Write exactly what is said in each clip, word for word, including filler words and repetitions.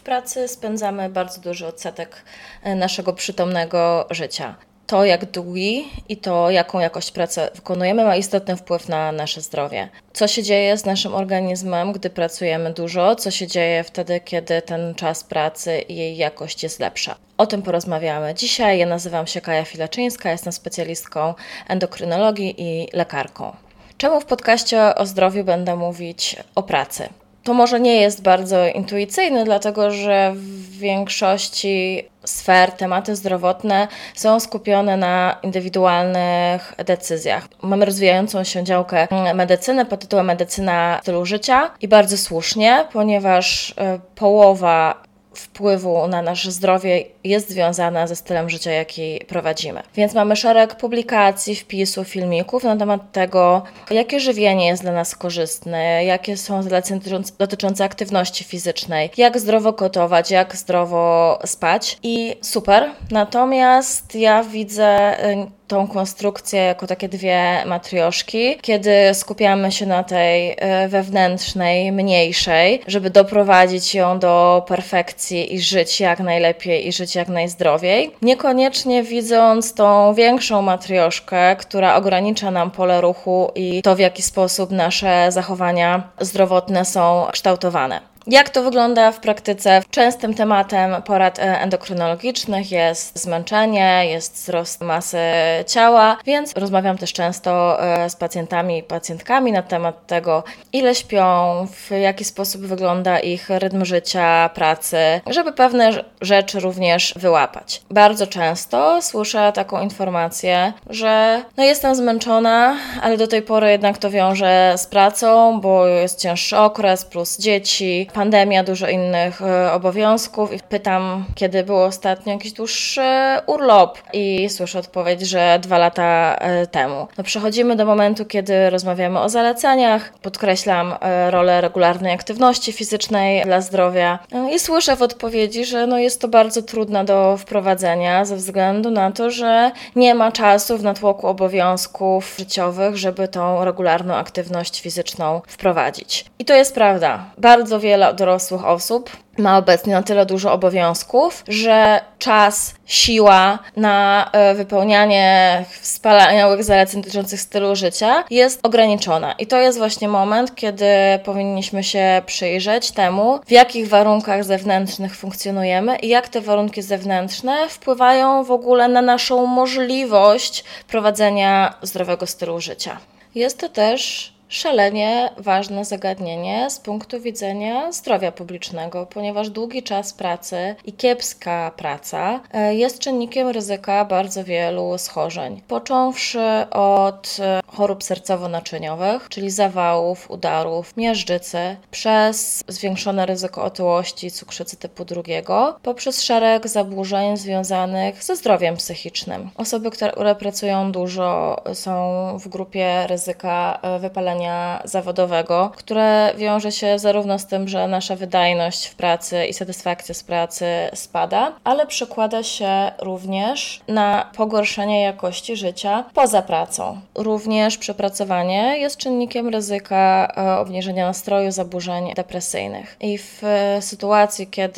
pracy spędzamy bardzo duży odsetek naszego przytomnego życia. To, jak długi i to, jaką jakość pracy wykonujemy, ma istotny wpływ na nasze zdrowie. Co się dzieje z naszym organizmem, gdy pracujemy dużo? Co się dzieje wtedy, kiedy ten czas pracy i jej jakość jest lepsza? O tym porozmawiamy dzisiaj. Ja nazywam się Kaja Filaczyńska, jestem specjalistką endokrynologii i lekarką. Czemu w podcaście o zdrowiu będę mówić o pracy? To może nie jest bardzo intuicyjne, dlatego że w większości sfer tematy zdrowotne są skupione na indywidualnych decyzjach. Mamy rozwijającą się działkę medycyny pod tytułem Medycyna stylu życia i bardzo słusznie, ponieważ połowa wpływu na nasze zdrowie jest związana ze stylem życia, jaki prowadzimy. Więc mamy szereg publikacji, wpisów, filmików na temat tego, jakie żywienie jest dla nas korzystne, jakie są zalecenia dotyczące aktywności fizycznej, jak zdrowo gotować, jak zdrowo spać i super. Natomiast ja widzę tą konstrukcję jako takie dwie matrioszki, kiedy skupiamy się na tej wewnętrznej, mniejszej, żeby doprowadzić ją do perfekcji i żyć jak najlepiej i żyć jak najzdrowiej, niekoniecznie widząc tą większą matrioszkę, która ogranicza nam pole ruchu i to, w jaki sposób nasze zachowania zdrowotne są kształtowane. Jak to wygląda w praktyce? Częstym tematem porad endokrynologicznych jest zmęczenie, jest wzrost masy ciała, więc rozmawiam też często z pacjentami i pacjentkami na temat tego, ile śpią, w jaki sposób wygląda ich rytm życia, pracy, żeby pewne rzeczy również wyłapać. Bardzo często słyszę taką informację, że no jestem zmęczona, ale do tej pory jednak to wiąże z pracą, bo jest cięższy okres plus dzieci, pandemia, dużo innych y, obowiązków i pytam, kiedy był ostatnio jakiś dłuższy urlop i słyszę odpowiedź, że dwa lata y, temu. No, przechodzimy do momentu, kiedy rozmawiamy o zaleceniach, podkreślam y, rolę regularnej aktywności fizycznej dla zdrowia y, i słyszę w odpowiedzi, że no, jest to bardzo trudne do wprowadzenia ze względu na to, że nie ma czasu w natłoku obowiązków życiowych, żeby tą regularną aktywność fizyczną wprowadzić. I to jest prawda. Bardzo wiele dorosłych osób ma obecnie na tyle dużo obowiązków, że czas, siła na wypełnianie wspaniałych zaleceń dotyczących stylu życia jest ograniczona. I to jest właśnie moment, kiedy powinniśmy się przyjrzeć temu, w jakich warunkach zewnętrznych funkcjonujemy i jak te warunki zewnętrzne wpływają w ogóle na naszą możliwość prowadzenia zdrowego stylu życia. Jest to też szalenie ważne zagadnienie z punktu widzenia zdrowia publicznego, ponieważ długi czas pracy i kiepska praca jest czynnikiem ryzyka bardzo wielu schorzeń. Począwszy od chorób sercowo-naczyniowych, czyli zawałów, udarów, miażdżycy, przez zwiększone ryzyko otyłości, cukrzycy typu drugiego, poprzez szereg zaburzeń związanych ze zdrowiem psychicznym. Osoby, które pracują dużo, są w grupie ryzyka wypalenia zawodowego, które wiąże się zarówno z tym, że nasza wydajność w pracy i satysfakcja z pracy spada, ale przekłada się również na pogorszenie jakości życia poza pracą. Również przepracowanie jest czynnikiem ryzyka obniżenia nastroju, zaburzeń depresyjnych. I w sytuacji, kiedy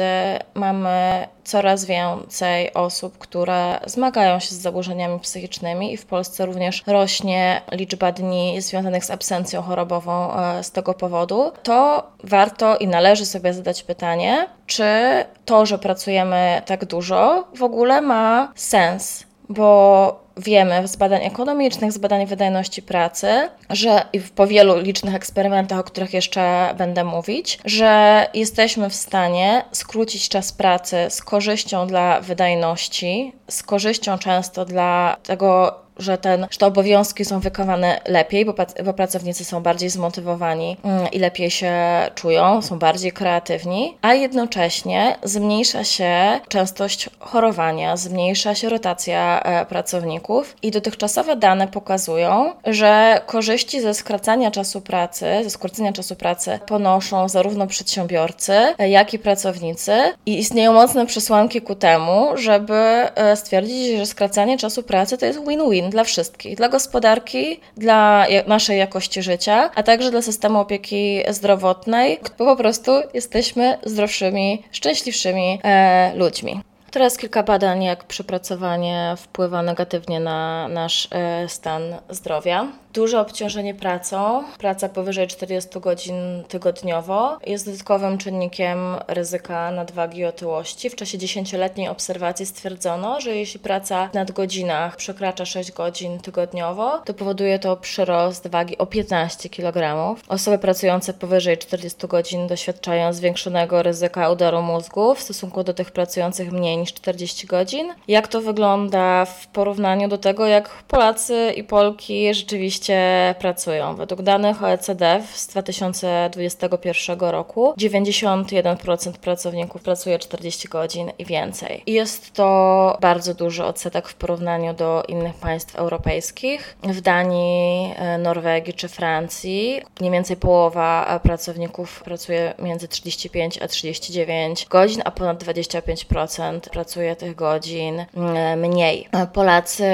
mamy coraz więcej osób, które zmagają się z zaburzeniami psychicznymi i w Polsce również rośnie liczba dni związanych z absencją chorobową z tego powodu, to warto i należy sobie zadać pytanie, czy to, że pracujemy tak dużo, w ogóle ma sens, bo wiemy z badań ekonomicznych, z badań wydajności pracy, że i po wielu licznych eksperymentach, o których jeszcze będę mówić, że jesteśmy w stanie skrócić czas pracy z korzyścią dla wydajności, z korzyścią często dla tego, że, ten, że te obowiązki są wykonane lepiej, bo, bo pracownicy są bardziej zmotywowani i lepiej się czują, są bardziej kreatywni, a jednocześnie zmniejsza się częstość chorowania, zmniejsza się rotacja pracowników i dotychczasowe dane pokazują, że korzyści ze skracania czasu pracy, ze skrócenia czasu pracy ponoszą zarówno przedsiębiorcy, jak i pracownicy i istnieją mocne przesłanki ku temu, żeby stwierdzić, że skracanie czasu pracy to jest win-win godzin dla wszystkich, dla gospodarki, dla naszej jakości życia, a także dla systemu opieki zdrowotnej, bo po prostu jesteśmy zdrowszymi, szczęśliwszymi e, ludźmi. Teraz kilka badań, jak przepracowanie wpływa negatywnie na nasz e, stan zdrowia. Duże obciążenie pracą, praca powyżej czterdzieści godzin tygodniowo jest dodatkowym czynnikiem ryzyka nadwagi i otyłości. W czasie dziesięcioletniej obserwacji stwierdzono, że jeśli praca w nadgodzinach przekracza sześć godzin tygodniowo, to powoduje to przyrost wagi o piętnaście kilogramów. Osoby pracujące powyżej czterdzieści godzin doświadczają zwiększonego ryzyka udaru mózgu w stosunku do tych pracujących mniej niż czterdzieści godzin. Jak to wygląda w porównaniu do tego, jak Polacy i Polki rzeczywiście pracują? Według danych O E C D z dwa tysiące dwudziestego pierwszego roku dziewięćdziesiąt jeden procent pracowników pracuje czterdzieści godzin i więcej. I jest to bardzo duży odsetek w porównaniu do innych państw europejskich. W Danii, Norwegii czy Francji mniej więcej połowa pracowników pracuje między trzydzieści pięć a trzydzieści dziewięć godzin, a ponad dwadzieścia pięć procent pracuje tych godzin mniej. Polacy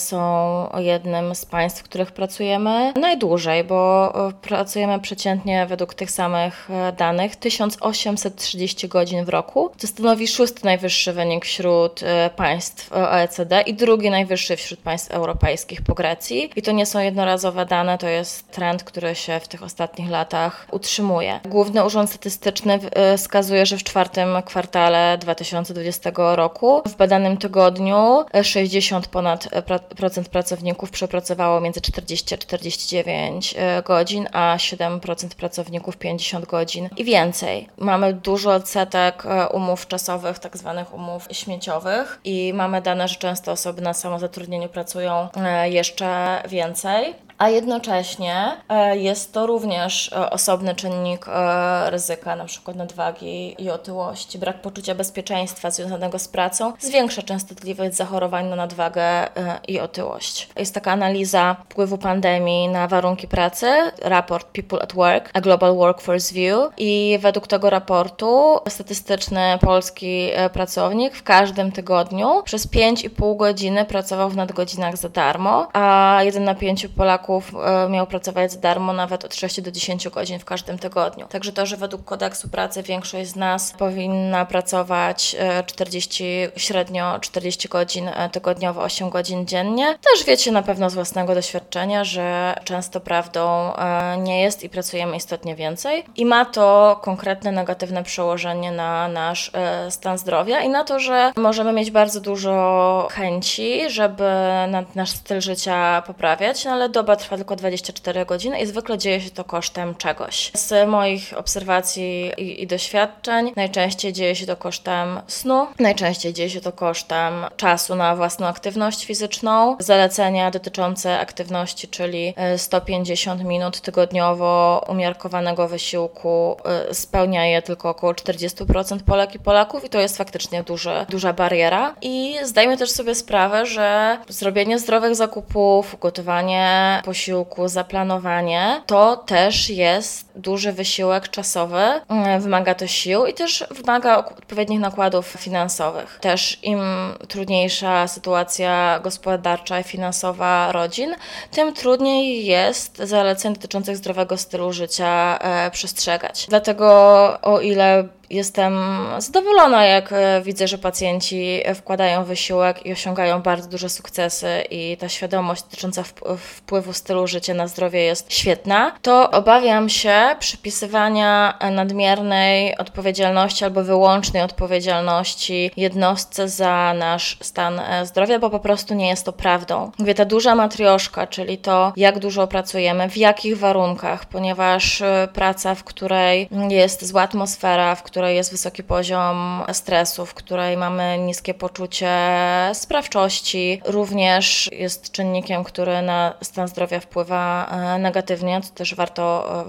są jednym z państw, w których pracujemy najdłużej, bo pracujemy przeciętnie według tych samych danych tysiąc osiemset trzydzieści godzin w roku. To stanowi szósty najwyższy wynik wśród państw O E C D i drugi najwyższy wśród państw europejskich po Grecji. I to nie są jednorazowe dane, to jest trend, który się w tych ostatnich latach utrzymuje. Główny Urząd Statystyczny wskazuje, że w czwartym kwartale dwa tysiące dwudziestego roku w badanym tygodniu sześćdziesiąt ponad procent pracowników przepracowało między czterdzieści a czterdzieści dziewięć godzin, a siedem procent pracowników pięćdziesiąt godzin i więcej. Mamy duży odsetek umów czasowych, tak zwanych umów śmieciowych i mamy dane, że często osoby na samozatrudnieniu pracują jeszcze więcej. A jednocześnie jest to również osobny czynnik ryzyka, na przykład nadwagi i otyłości. Brak poczucia bezpieczeństwa związanego z pracą zwiększa częstotliwość zachorowań na nadwagę i otyłość. Jest taka analiza wpływu pandemii na warunki pracy, raport People at Work, a Global Workforce View, i według tego raportu statystyczny polski pracownik w każdym tygodniu przez pięć i pół godziny pracował w nadgodzinach za darmo, a jeden na pięciu Polaków miał pracować za darmo nawet od sześciu do dziesięciu godzin w każdym tygodniu. Także to, że według kodeksu pracy większość z nas powinna pracować czterdzieści, średnio czterdzieści godzin tygodniowo, osiem godzin dziennie, też wiecie na pewno z własnego doświadczenia, że często prawdą nie jest i pracujemy istotnie więcej. I ma to konkretne negatywne przełożenie na nasz stan zdrowia i na to, że możemy mieć bardzo dużo chęci, żeby nasz styl życia poprawiać, no ale doba trwa tylko dwadzieścia cztery godziny i zwykle dzieje się to kosztem czegoś. Z moich obserwacji i, i doświadczeń najczęściej dzieje się to kosztem snu, najczęściej dzieje się to kosztem czasu na własną aktywność fizyczną. Zalecenia dotyczące aktywności, czyli sto pięćdziesiąt minut tygodniowo umiarkowanego wysiłku, spełnia je tylko około czterdzieści procent Polek i Polaków i to jest faktycznie duży, duża bariera. I zdajmy też sobie sprawę, że zrobienie zdrowych zakupów, gotowanie posiłku, zaplanowanie, to też jest duży wysiłek czasowy, wymaga to sił i też wymaga odpowiednich nakładów finansowych. Też im trudniejsza sytuacja gospodarcza i finansowa rodzin, tym trudniej jest zaleceń dotyczących zdrowego stylu życia e, przestrzegać. Dlatego o ile jestem zadowolona, jak widzę, że pacjenci wkładają wysiłek i osiągają bardzo duże sukcesy i ta świadomość dotycząca wpływu stylu życia na zdrowie jest świetna, to obawiam się przypisywania nadmiernej odpowiedzialności albo wyłącznej odpowiedzialności jednostce za nasz stan zdrowia, bo po prostu nie jest to prawdą. Mówię, ta duża matrioszka, czyli to, jak dużo pracujemy, w jakich warunkach, ponieważ praca, w której jest zła atmosfera, w której której jest wysoki poziom stresu, w której mamy niskie poczucie sprawczości, również jest czynnikiem, który na stan zdrowia wpływa negatywnie, co też warto podkreślić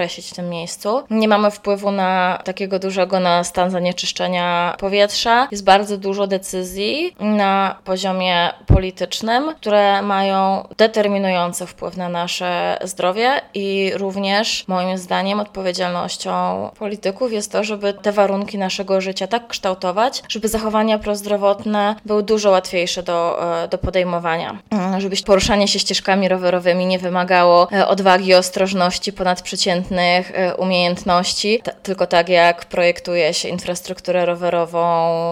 skreślić w tym miejscu. Nie mamy wpływu na takiego dużego na stan zanieczyszczenia powietrza. Jest bardzo dużo decyzji na poziomie politycznym, które mają determinujący wpływ na nasze zdrowie i również moim zdaniem odpowiedzialnością polityków jest to, żeby te warunki naszego życia tak kształtować, żeby zachowania prozdrowotne były dużo łatwiejsze do, do podejmowania. Żeby poruszanie się ścieżkami rowerowymi nie wymagało odwagi, ostrożności, ponadprzeciętnych umiejętności, T- tylko tak jak projektuje się infrastrukturę rowerową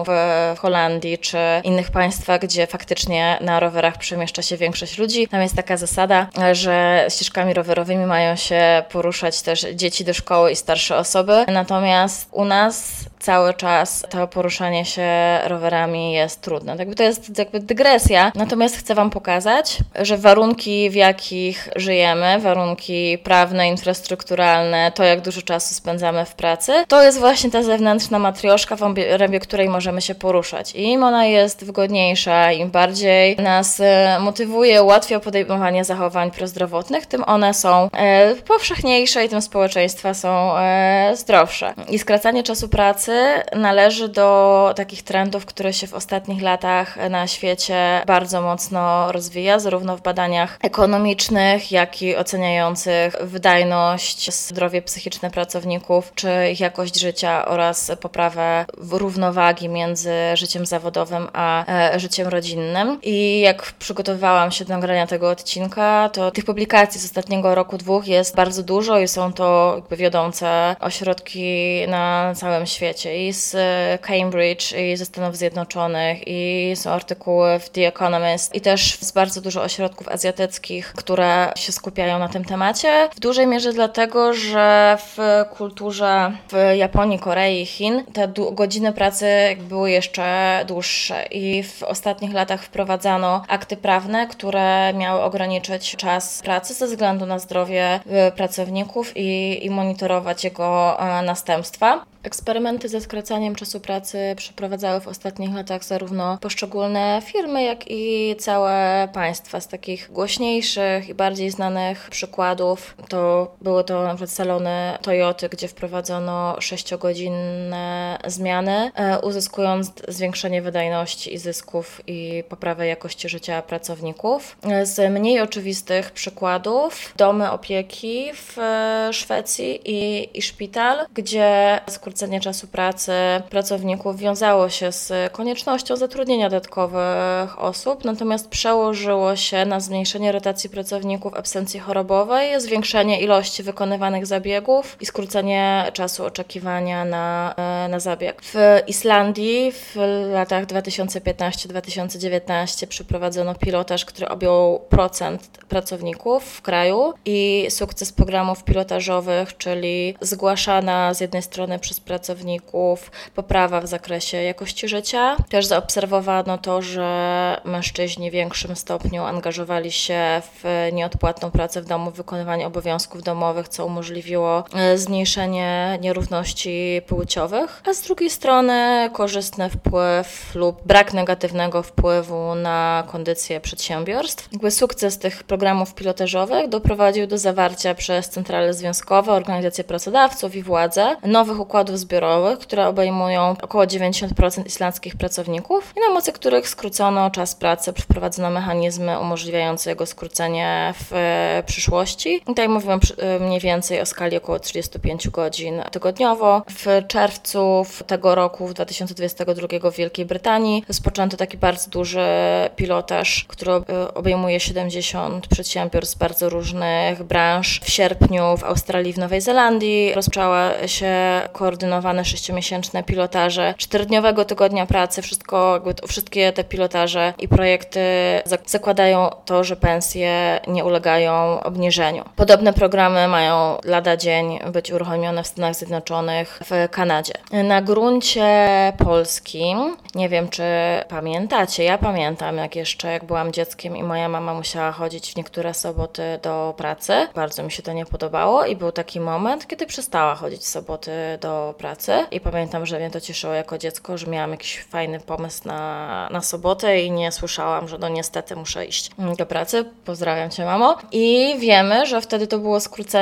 w Holandii czy innych państwach, gdzie faktycznie na rowerach przemieszcza się większość ludzi. Tam jest taka zasada, że ścieżkami rowerowymi mają się poruszać też dzieci do szkoły i starsze osoby. Natomiast u nas cały czas to poruszanie się rowerami jest trudne. Jakby to jest jakby dygresja. Natomiast chcę Wam pokazać, że warunki, w jakich żyjemy, warunki prawne, infrastrukturalne, to jak dużo czasu spędzamy w pracy, to jest właśnie ta zewnętrzna matrioszka, w obrębie której możemy się poruszać. I im ona jest wygodniejsza, im bardziej nas motywuje, ułatwia podejmowanie zachowań prozdrowotnych, tym one są e, powszechniejsze i tym społeczeństwa są e, zdrowsze. I skracanie czasu pracy należy do takich trendów, które się w ostatnich latach na świecie bardzo mocno rozwija, zarówno w badaniach ekonomicznych, jak i oceniających wydajność, zdrowie psychiczne pracowników, czy ich jakość życia oraz poprawę równowagi między życiem zawodowym a e, życiem rodzinnym. I jak przygotowywałam się do nagrania tego odcinka, to tych publikacji z ostatniego roku, dwóch jest bardzo dużo i są to jakby wiodące ośrodki na całym świecie i z Cambridge, i ze Stanów Zjednoczonych, i są artykuły w The Economist i też z bardzo dużo ośrodków azjatyckich, które się skupiają na tym temacie. W dużej mierze dlatego, że w kulturze w Japonii, Korei i Chin te du- godziny pracy były jeszcze dłuższe i w ostatnich latach wprowadzano akty prawne, które miały ograniczyć czas pracy ze względu na zdrowie pracowników i, i monitorować jego następstwa. Eksperymenty ze skracaniem czasu pracy przeprowadzały w ostatnich latach zarówno poszczególne firmy, jak i całe państwa. Z takich głośniejszych i bardziej znanych przykładów to były to na przykład salony Toyoty, gdzie wprowadzono sześciogodzinne zmiany, uzyskując zwiększenie wydajności i zysków i poprawę jakości życia pracowników. Z mniej oczywistych przykładów domy opieki w Szwecji i, i szpital, gdzie skrócenie czasu pracy pracowników wiązało się z koniecznością zatrudnienia dodatkowych osób, natomiast przełożyło się na zmniejszenie rotacji pracowników, absencji chorobowej, zwiększenie ilości wykonywanych zabiegów i skrócenie czasu oczekiwania na, na zabieg. W Islandii w latach dwa tysiące piętnaście do dwa tysiące dziewiętnaście przeprowadzono pilotaż, który objął procent pracowników w kraju i sukces programów pilotażowych, czyli zgłaszana z jednej strony przez pracowników poprawa w zakresie jakości życia. Też zaobserwowano to, że mężczyźni w większym stopniu angażowali się w nieodpłatną pracę w domu, wykonywanie obowiązków domowych, co umożliwiło zmniejszenie nierówności płciowych, a z drugiej strony korzystny wpływ lub brak negatywnego wpływu na kondycję przedsiębiorstw. Jakby sukces tych programów pilotażowych doprowadził do zawarcia przez centrale związkowe, organizacje pracodawców i władze nowych układów zbiorowych, które obejmują około dziewięćdziesiąt procent islandzkich pracowników i na mocy których skrócono czas pracy, wprowadzono mechanizmy umożliwiające jego skrócenie w przyszłości. I tutaj mówimy mniej więcej o skali około trzydzieści pięć godzin tygodniowo. W czerwcu tego roku, w dwa tysiące dwudziestego drugiego w Wielkiej Brytanii rozpoczęto taki bardzo duży pilotaż, który obejmuje siedemdziesiąt przedsiębiorstw z bardzo różnych branż. W sierpniu w Australii i w Nowej Zelandii rozpoczęła się koordynowane sześciomiesięczne pilotaże czterodniowego tygodnia pracy. Wszystko, jakby, wszystkie te pilotaże i projekty zakładają to, że pensje nie ulegają obniżeniu. Podobne programy mają lada dzień być uruchomione w Stanach Zjednoczonych, w Kanadzie. Na gruncie polskim, nie wiem czy pamiętacie, ja pamiętam jak jeszcze jak byłam dzieckiem i moja mama musiała chodzić w niektóre soboty do pracy. Bardzo mi się to nie podobało i był taki moment, kiedy przestała chodzić w soboty do pracy i pamiętam, że mnie to cieszyło jako dziecko, że miałam jakiś fajny pomysł na, na sobotę i nie słyszałam, że no niestety muszę iść do pracy. Pozdrawiam Cię, mamo. I wiemy, że wtedy to było skrócenie z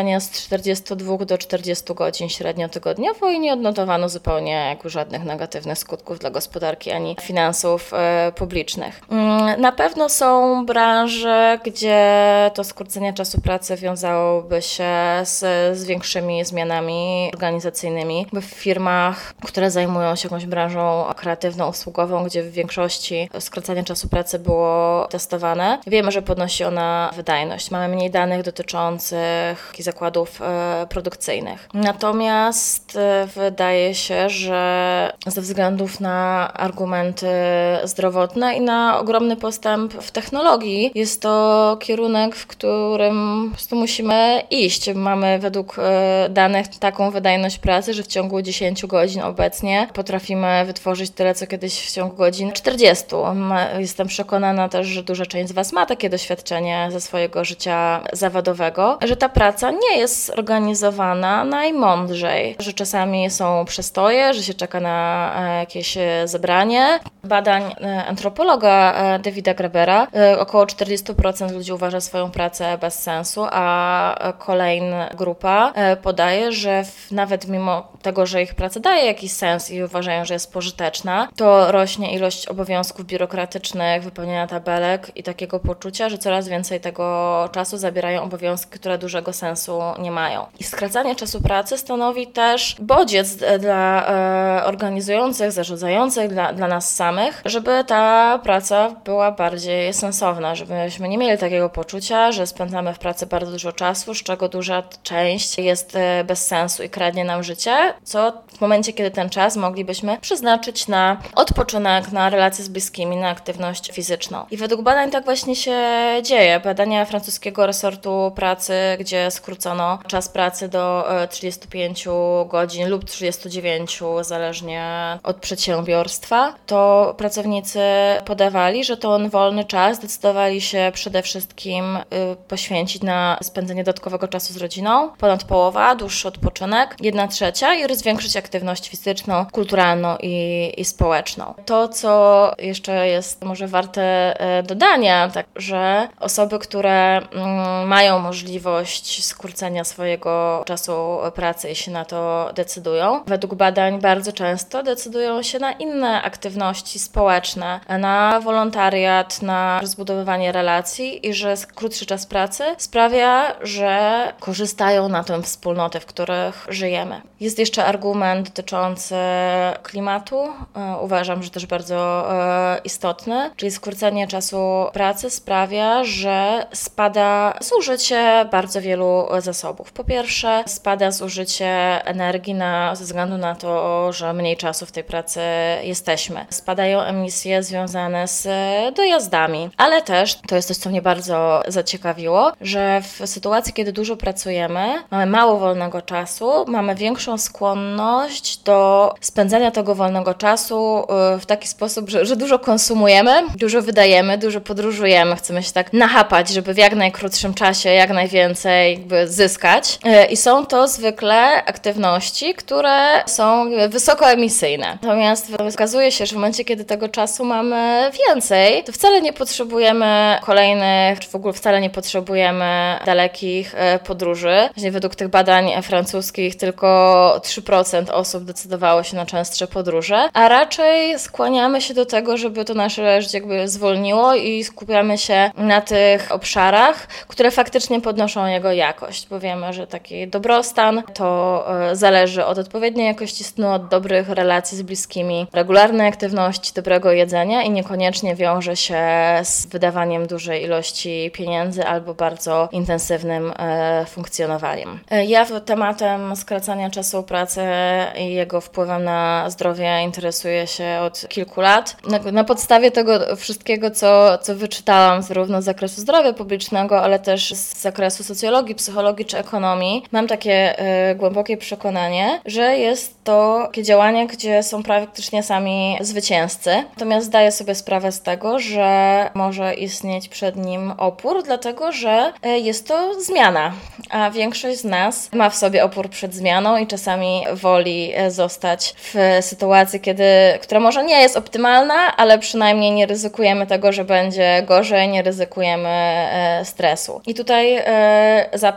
czterdzieści dwa do czterdziestu godzin średnio tygodniowo i nie odnotowano zupełnie jakby żadnych negatywnych skutków dla gospodarki ani finansów e, publicznych. Mm, na pewno są branże, gdzie to skrócenie czasu pracy wiązałoby się z, z większymi zmianami organizacyjnymi. W firmach, które zajmują się jakąś branżą kreatywną, usługową, gdzie w większości skracanie czasu pracy było testowane, wiemy, że podnosi ona wydajność. Mamy mniej danych dotyczących zakładów e, produkcyjnych. Natomiast e, wydaje się, że ze względów na argumenty zdrowotne i na ogromny postęp w technologii jest to kierunek, w którym po prostu musimy iść. Mamy według e, danych taką wydajność pracy, że w ciągu dziesięciu godzin obecnie potrafimy wytworzyć tyle, co kiedyś w ciągu godzin czterdziestu. Jestem przekonana też, że duża część z Was ma takie doświadczenie ze swojego życia zawodowego, że ta praca nie jest organizowana najmądrzej, że czasami są przestoje, że się czeka na jakieś zebranie. Badań antropologa Davida Grabera około czterdzieści procent ludzi uważa swoją pracę bez sensu, a kolejna grupa podaje, że nawet mimo tego, że ich praca daje jakiś sens i uważają, że jest pożyteczna, to rośnie ilość obowiązków biurokratycznych, wypełniania tabelek i takiego poczucia, że coraz więcej tego czasu zabierają obowiązki, które dużego sensu nie mają. I skracanie czasu pracy stanowi też bodziec dla e, organizujących, zarządzających, dla, dla nas samych, żeby ta praca była bardziej sensowna, żebyśmy nie mieli takiego poczucia, że spędzamy w pracy bardzo dużo czasu, z czego duża część jest e, bez sensu i kradnie nam życie, co w momencie, kiedy ten czas moglibyśmy przeznaczyć na odpoczynek, na relacje z bliskimi, na aktywność fizyczną. I według badań tak właśnie się dzieje. Badania francuskiego resortu pracy, gdzie skrócono czas pracy do trzydziestu pięciu godzin lub trzydziestu dziewięciu, zależnie od przedsiębiorstwa, to pracownicy podawali, że ten wolny czas zdecydowali się przede wszystkim poświęcić na spędzenie dodatkowego czasu z rodziną, ponad połowa, dłuższy odpoczynek, jedna trzecia i zwiększyć aktywność fizyczną, kulturalną i, i społeczną. To, co jeszcze jest może warte dodania, tak, że osoby, które mm, mają możliwość skrócenia swojego czasu pracy i się na to decydują, według badań bardzo często decydują się na inne aktywności społeczne, na wolontariat, na rozbudowywanie relacji i że krótszy czas pracy sprawia, że korzystają na tym wspólnoty, w których żyjemy. Jest jeszcze argument dotyczący klimatu. Uważam, że też bardzo istotny, czyli skrócenie czasu pracy sprawia, że spada zużycie bardzo wielu zasobów. Po pierwsze, spada zużycie energii na, ze względu na to, że mniej czasu w tej pracy jesteśmy. Spadają emisje związane z dojazdami, ale też, to jest coś, co mnie bardzo zaciekawiło, że w sytuacji, kiedy dużo pracujemy, mamy mało wolnego czasu, mamy większą skłonność do spędzania tego wolnego czasu w taki sposób, że, że dużo konsumujemy, dużo wydajemy, dużo podróżujemy, chcemy się tak nachapać, żeby w jak najkrótszym czasie jak najwięcej jakby zyskać. I są to zwykle aktywności, które są wysokoemisyjne. Natomiast okazuje się, że w momencie, kiedy tego czasu mamy więcej, to wcale nie potrzebujemy kolejnych, czy w ogóle wcale nie potrzebujemy dalekich podróży. Właśnie według tych badań francuskich tylko trzy procent osób decydowało się na częstsze podróże, a raczej skłaniamy się do tego, żeby to nasze życie jakby zwolniło i skupiamy się na tych obszarach, które faktycznie podnoszą jego jakość, bo wiemy, że taki dobrostan to zależy od odpowiedniej jakości snu, od dobrych relacji z bliskimi, regularnej aktywności, dobrego jedzenia i niekoniecznie wiąże się z wydawaniem dużej ilości pieniędzy albo bardzo intensywnym e, funkcjonowaniem. Ja tematem skracania czasu pracy i jego wpływem na zdrowie interesuję się od kilku lat. Na, na podstawie tego wszystkiego, co, co wyczytałam zarówno z zakresu zdrowia publicznego, ale też z zakresu socjologii, psychologii czy ekonomii, mam takie y, głębokie przekonanie, że jest to takie działanie, gdzie są praktycznie sami zwycięzcy. Natomiast zdaję sobie sprawę z tego, że może istnieć przed nim opór, dlatego że y, jest to zmiana, a większość z nas ma w sobie opór przed zmianą i czasami woli zostać w sytuacji, kiedy, która może nie jest optymalna, ale przynajmniej nie ryzykujemy tego, że będzie gorzej, nie ryzykujemy e, stresu. I tutaj e, zapewne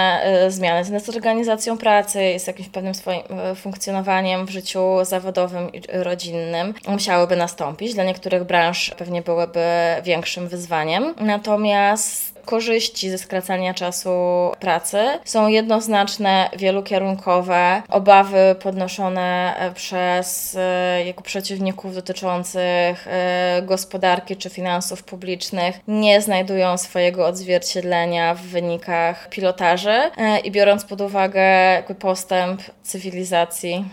pewne y, zmiany z organizacją pracy, z jakimś pewnym swoim y, funkcjonowaniem w życiu zawodowym i rodzinnym musiałyby nastąpić. Dla niektórych branż pewnie byłyby większym wyzwaniem. Natomiast korzyści ze skracania czasu pracy są jednoznaczne, wielokierunkowe. Obawy podnoszone przez jego przeciwników dotyczących gospodarki czy finansów publicznych nie znajdują swojego odzwierciedlenia w wynikach pilotaży i biorąc pod uwagę postęp cywilizacji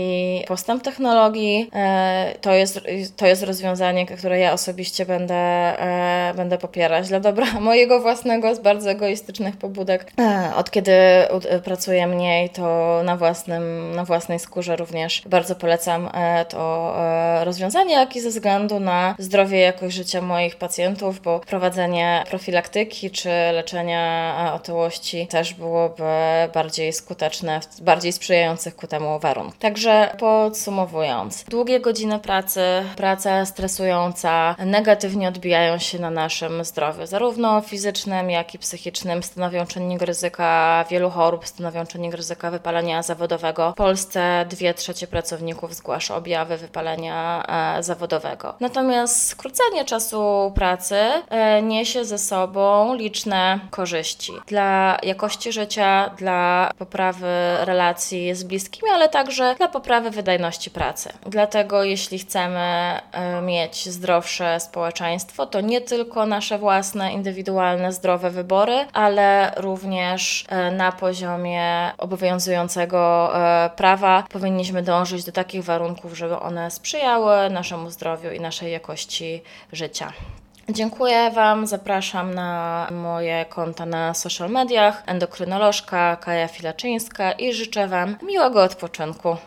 i postęp technologii, to jest, to jest rozwiązanie, które ja osobiście będę, będę popierać dla dobra mojego własnego, z bardzo egoistycznych pobudek. Od kiedy pracuję mniej, to na, własnym, na własnej skórze również bardzo polecam to rozwiązanie, jak i ze względu na zdrowie i jakość życia moich pacjentów, bo prowadzenie profilaktyki czy leczenia otyłości też byłoby bardziej skuteczne, bardziej sprzyjających ku temu warunków. Także podsumowując, długie godziny pracy, praca stresująca negatywnie odbijają się na naszym zdrowiu, zarówno fizycznym, jak i psychicznym, stanowią czynnik ryzyka wielu chorób, stanowią czynnik ryzyka wypalenia zawodowego. W Polsce dwie trzecie pracowników zgłasza objawy wypalenia e, zawodowego. Natomiast skrócenie czasu pracy e, niesie ze sobą liczne korzyści dla jakości życia, dla poprawy relacji z bliskimi, ale także dla poprawy wydajności pracy. Dlatego jeśli chcemy e, mieć zdrowsze społeczeństwo, to nie tylko nasze własne, indywidualne, zdrowe wybory, ale również na poziomie obowiązującego prawa powinniśmy dążyć do takich warunków, żeby one sprzyjały naszemu zdrowiu i naszej jakości życia. Dziękuję Wam, zapraszam na moje konta na social mediach, endokrynolożka Kaja Filaczyńska i życzę Wam miłego odpoczynku.